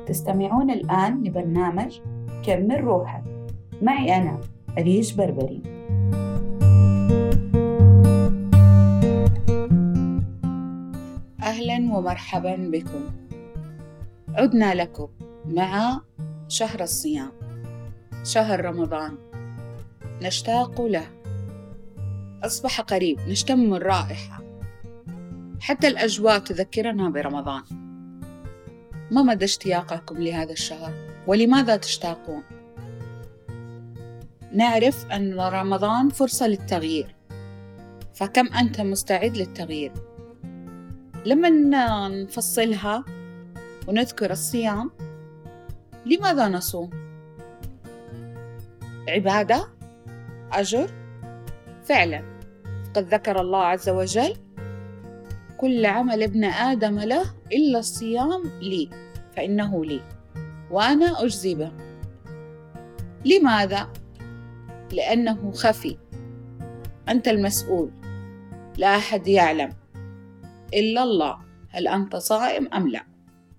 تستمعون الآن لبرنامج كمل روحك معي أنا أريج بربري. أهلا ومرحبا بكم. عدنا لكم مع شهر الصيام، شهر رمضان، نشتاق له. أصبح قريب، نشتم الرائحة، حتى الأجواء تذكرنا برمضان. ما مدى اشتياقكم لهذا الشهر؟ ولماذا تشتاقون؟ نعرف أن رمضان فرصة للتغيير، فكم أنت مستعد للتغيير؟ لما نفصلها ونذكر الصيام، لماذا نصوم؟ عبادة؟ أجر؟ فعلا، قد ذكر الله عز وجل: كل عمل ابن آدم له إلا الصيام لي فإنه لي وأنا أجزي به. لماذا؟ لأنه خفي، أنت المسؤول، لا أحد يعلم إلا الله هل أنت صائم أم لا.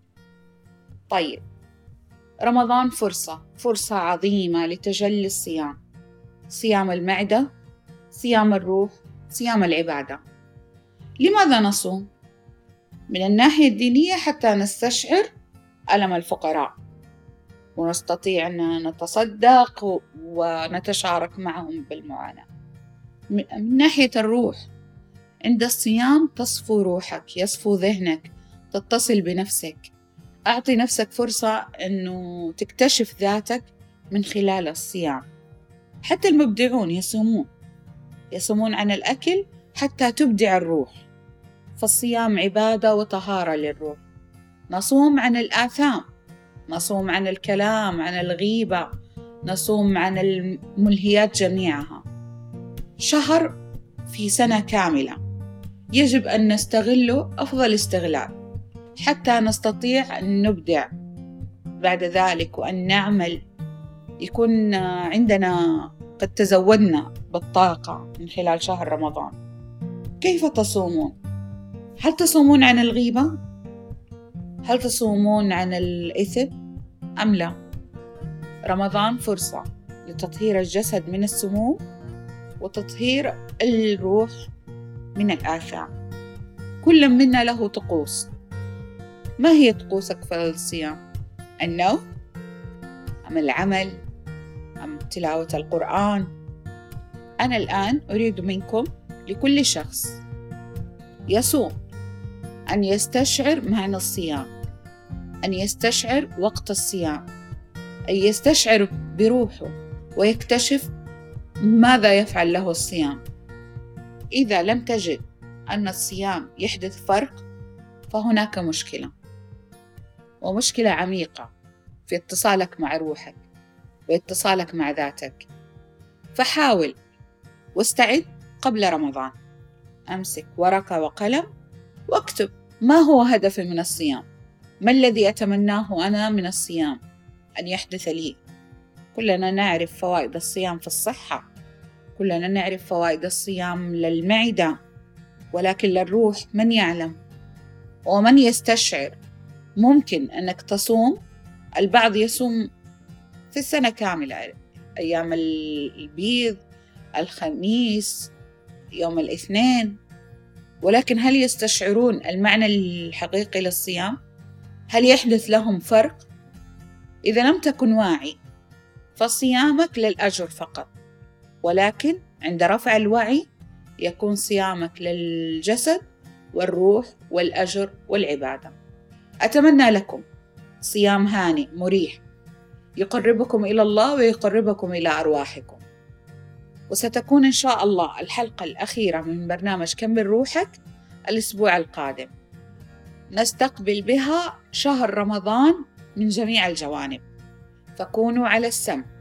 طيب، رمضان فرصة عظيمة لتجلي الصيام، صيام المعدة، صيام الروح، صيام العبادة. لماذا نصوم؟ من الناحية الدينية حتى نستشعر ألم الفقراء ونستطيع أن نتصدق ونتشارك معهم بالمعاناة. من ناحية الروح، عند الصيام تصفو روحك، يصفو ذهنك، تتصل بنفسك. أعطي نفسك فرصة أنه تكتشف ذاتك من خلال الصيام. حتى المبدعون يصومون عن الأكل حتى تبدع الروح، فالصيام عبادة وطهارة للروح. نصوم عن الآثام، نصوم عن الكلام، عن الغيبة، نصوم عن الملهيات جميعها. شهر في سنة كاملة يجب أن نستغله أفضل استغلال حتى نستطيع أن نبدع بعد ذلك، وأن نعمل، يكون عندنا قد تزودنا بالطاقة من خلال شهر رمضان. كيف تصومون؟ هل تصومون عن الغيبة؟ هل تصومون عن الإثم أم لا؟ رمضان فرصة لتطهير الجسد من السموم وتطهير الروح من الآثام. كل منا له طقوس. ما هي طقوسك في الصيام؟ النوم أم العمل أم تلاوة القرآن؟ أنا الآن أريد منكم، لكل شخص يصوم، أن يستشعر معنى الصيام، أن يستشعر وقت الصيام، أن يستشعر بروحه ويكتشف ماذا يفعل له الصيام. إذا لم تجد أن الصيام يحدث فرق، فهناك مشكلة، ومشكلة عميقة في اتصالك مع روحك واتصالك مع ذاتك. فحاول واستعد قبل رمضان، أمسك ورقة وقلم واكتب: ما هو هدفي من الصيام؟ ما الذي أتمناه أنا من الصيام أن يحدث لي؟ كلنا نعرف فوائد الصيام في الصحة، كلنا نعرف فوائد الصيام للمعدة، ولكن للروح من يعلم ومن يستشعر. ممكن أنك تصوم، البعض يصوم في السنة كاملة، أيام البيض، الخميس، يوم الاثنين، ولكن هل يستشعرون المعنى الحقيقي للصيام؟ هل يحدث لهم فرق؟ إذا لم تكن واعي، فصيامك للأجر فقط، ولكن عند رفع الوعي يكون صيامك للجسد والروح والأجر والعبادة. أتمنى لكم صيام هانئ مريح يقربكم إلى الله ويقربكم إلى أرواحكم. وستكون إن شاء الله الحلقة الأخيرة من برنامج كمل روحك الأسبوع القادم، نستقبل بها شهر رمضان من جميع الجوانب، فكونوا على السمع